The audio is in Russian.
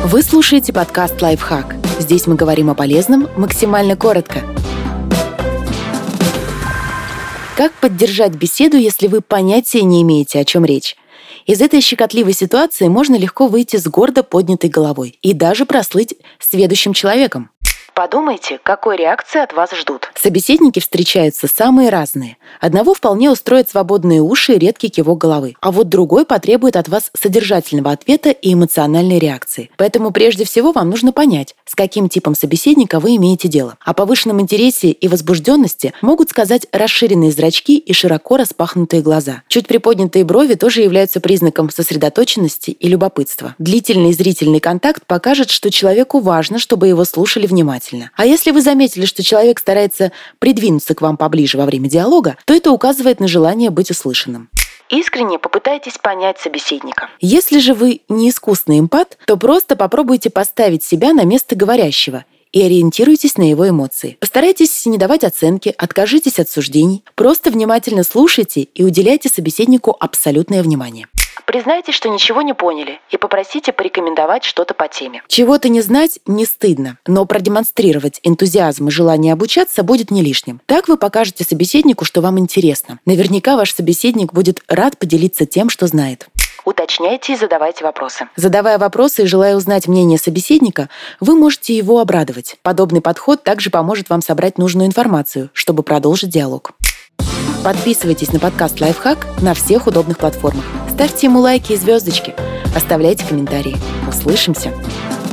Вы слушаете подкаст «Лайфхак». Здесь мы говорим о полезном максимально коротко. Как поддержать беседу, если вы понятия не имеете, о чем речь? Из этой щекотливой ситуации можно легко выйти с гордо поднятой головой и даже прослыть сведущим человеком. Подумайте, какой реакции от вас ждут. Собеседники встречаются самые разные. Одного вполне устроят свободные уши и редкий кивок головы, а вот другой потребует от вас содержательного ответа и эмоциональной реакции. Поэтому прежде всего вам нужно понять, с каким типом собеседника вы имеете дело. О повышенном интересе и возбужденности могут сказать расширенные зрачки и широко распахнутые глаза. Чуть приподнятые брови тоже являются признаком сосредоточенности и любопытства. Длительный зрительный контакт покажет, что человеку важно, чтобы его слушали внимательно. А если вы заметили, что человек старается придвинуться к вам поближе во время диалога, то это указывает на желание быть услышанным. Искренне попытайтесь понять собеседника. Если же вы не искусный эмпат, то просто попробуйте поставить себя на место говорящего и ориентируйтесь на его эмоции. Постарайтесь не давать оценки, откажитесь от суждений, просто внимательно слушайте и уделяйте собеседнику абсолютное внимание. Признайте, что ничего не поняли, и попросите порекомендовать что-то по теме. Чего-то не знать не стыдно, но продемонстрировать энтузиазм и желание обучаться будет не лишним. Так вы покажете собеседнику, что вам интересно. Наверняка ваш собеседник будет рад поделиться тем, что знает. Уточняйте и задавайте вопросы. Задавая вопросы и желая узнать мнение собеседника, вы можете его обрадовать. Подобный подход также поможет вам собрать нужную информацию, чтобы продолжить диалог. Подписывайтесь на подкаст «Лайфхак» на всех удобных платформах. Ставьте ему лайки и звездочки. Оставляйте комментарии. Услышимся!